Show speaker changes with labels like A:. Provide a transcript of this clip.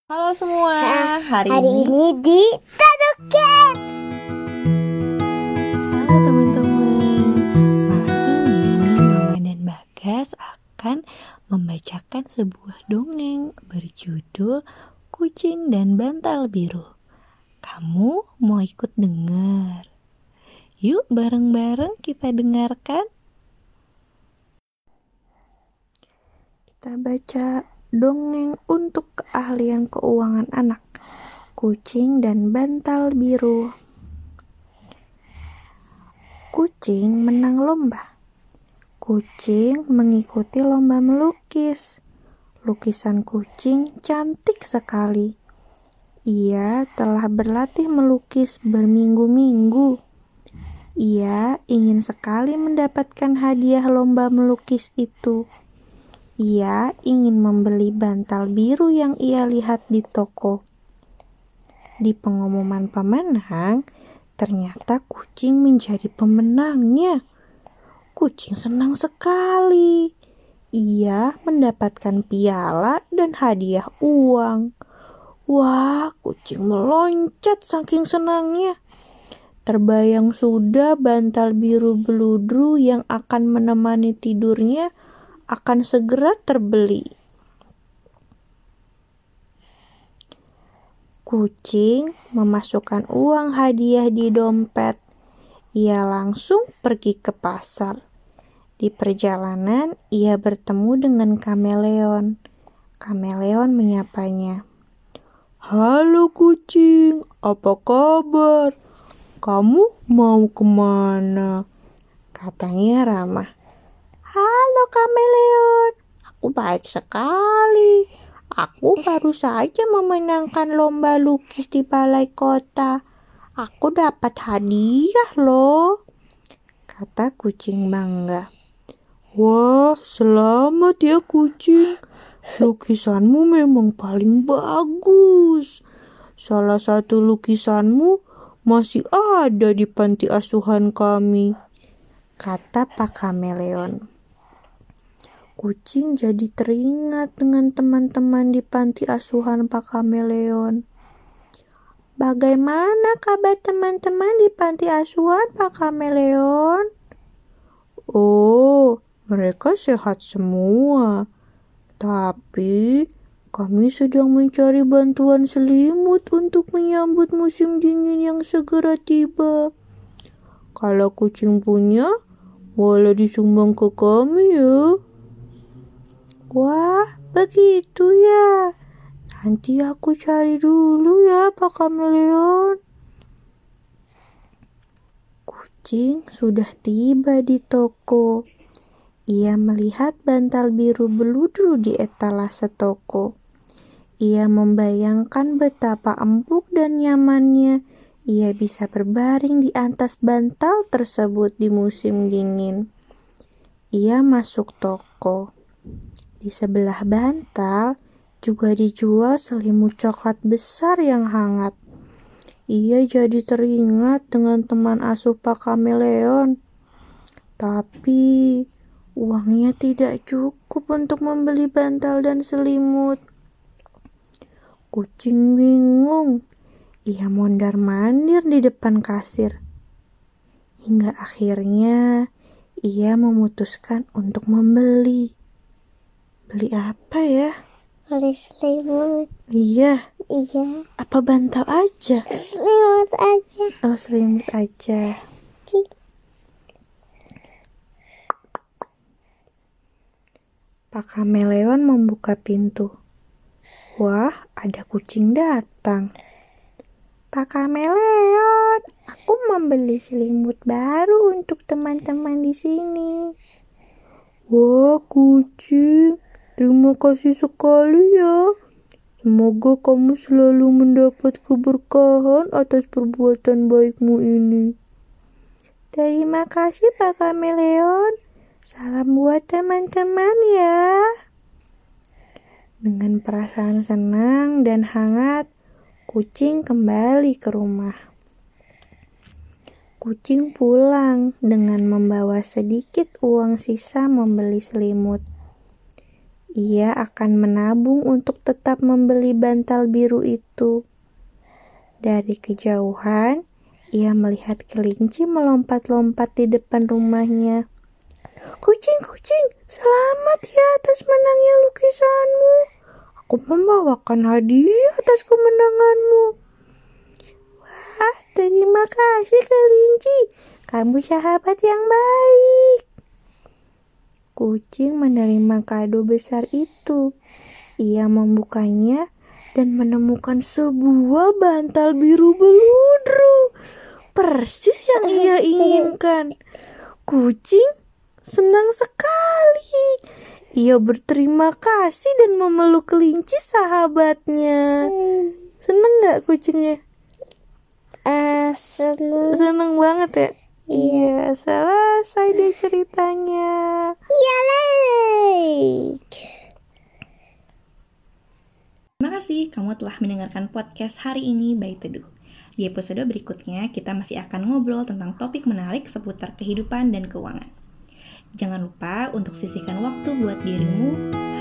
A: Halo semua, hari
B: ini di Tado Cats.
A: Halo teman-teman. Malam ini Mama dan Bagas akan membacakan sebuah dongeng berjudul Kucing dan Bantal Biru. Kamu mau ikut dengar? Yuk bareng-bareng kita dengarkan. Kita baca dongeng untuk keahlian keuangan anak, Kucing dan Bantal Biru. Kucing menang lomba. Kucing mengikuti lomba melukis. Lukisan kucing cantik sekali. Ia telah berlatih melukis berminggu-minggu. Ia ingin sekali mendapatkan hadiah lomba melukis itu. Ia ingin membeli bantal biru yang ia lihat di toko. Di pengumuman pemenang, ternyata kucing menjadi pemenangnya. Kucing senang sekali. Ia mendapatkan piala dan hadiah uang. Wah, kucing meloncat saking senangnya. Terbayang sudah bantal biru beludru yang akan menemani tidurnya akan segera terbeli. Kucing memasukkan uang hadiah di dompet. Ia langsung pergi ke pasar. Di perjalanan, ia bertemu dengan kameleon. Kameleon menyapanya. "Halo kucing, apa kabar? Kamu mau kemana?" Katanya ramah. "Halo kameleon, aku baik sekali. Aku baru saja memenangkan lomba lukis di balai kota. Aku dapat hadiah loh," kata kucing bangga. "Wah, selamat ya kucing. Lukisanmu memang paling bagus. Salah satu lukisanmu masih ada di panti asuhan kami," kata Pak Kameleon. Kucing jadi teringat dengan teman-teman di panti asuhan Pak Kameleon. "Bagaimana kabar teman-teman di panti asuhan Pak Kameleon?" "Oh, mereka sehat semua. Tapi kami sedang mencari bantuan selimut untuk menyambut musim dingin yang segera tiba. Kalau kucing punya, boleh disumbang ke kami ya." "Wah, begitu ya. Nanti aku cari dulu ya Pak Kameleon." Kucing sudah tiba di toko. Ia melihat bantal biru beludru di etalase toko. Ia membayangkan betapa empuk dan nyamannya ia bisa berbaring di atas bantal tersebut di musim dingin. Ia masuk toko. Di sebelah bantal juga dijual selimut coklat besar yang hangat. Ia jadi teringat dengan teman asuh Pak Kameleon. Tapi uangnya tidak cukup untuk membeli bantal dan selimut. Kucing bingung. Ia mondar-mandir di depan kasir. Hingga akhirnya ia memutuskan untuk membeli. Beli apa ya?
B: Beli selimut.
A: Iya. Apa bantal aja?
B: Selimut aja.
A: Oh, selimut aja. Pak Kameleon membuka pintu. Wah, ada kucing datang. "Pak Kameleon, aku membeli selimut baru untuk teman-teman di sini." "Wah, kucing, terima kasih sekali ya. Semoga kamu selalu mendapat keberkahan atas perbuatan baikmu ini." "Terima kasih Pak Kameleon. Salam buat teman-teman ya." Dengan perasaan senang dan hangat, kucing kembali ke rumah. Kucing pulang dengan membawa sedikit uang sisa membeli selimut. Ia akan menabung untuk tetap membeli bantal biru itu. Dari kejauhan, ia melihat kelinci melompat-lompat di depan rumahnya. Kucing, selamat ya atas menangnya lukisanmu. Aku membawakan hadiah atas kemenanganmu. Wah, terima kasih kelinci. Kamu sahabat yang baik. Kucing menerima kado besar itu. Ia membukanya dan menemukan sebuah bantal biru beludru. Persis yang ia inginkan. Kucing senang sekali. Ia berterima kasih dan memeluk kelinci sahabatnya. Senang gak kucingnya?
B: Senang.
A: Senang banget ya? Iya, selesai deh ceritanya.
C: Terima kasih kamu telah mendengarkan podcast hari ini by Teduh. Di episode berikutnya kita masih akan ngobrol tentang topik menarik seputar kehidupan dan keuangan. Jangan lupa untuk sisihkan waktu buat dirimu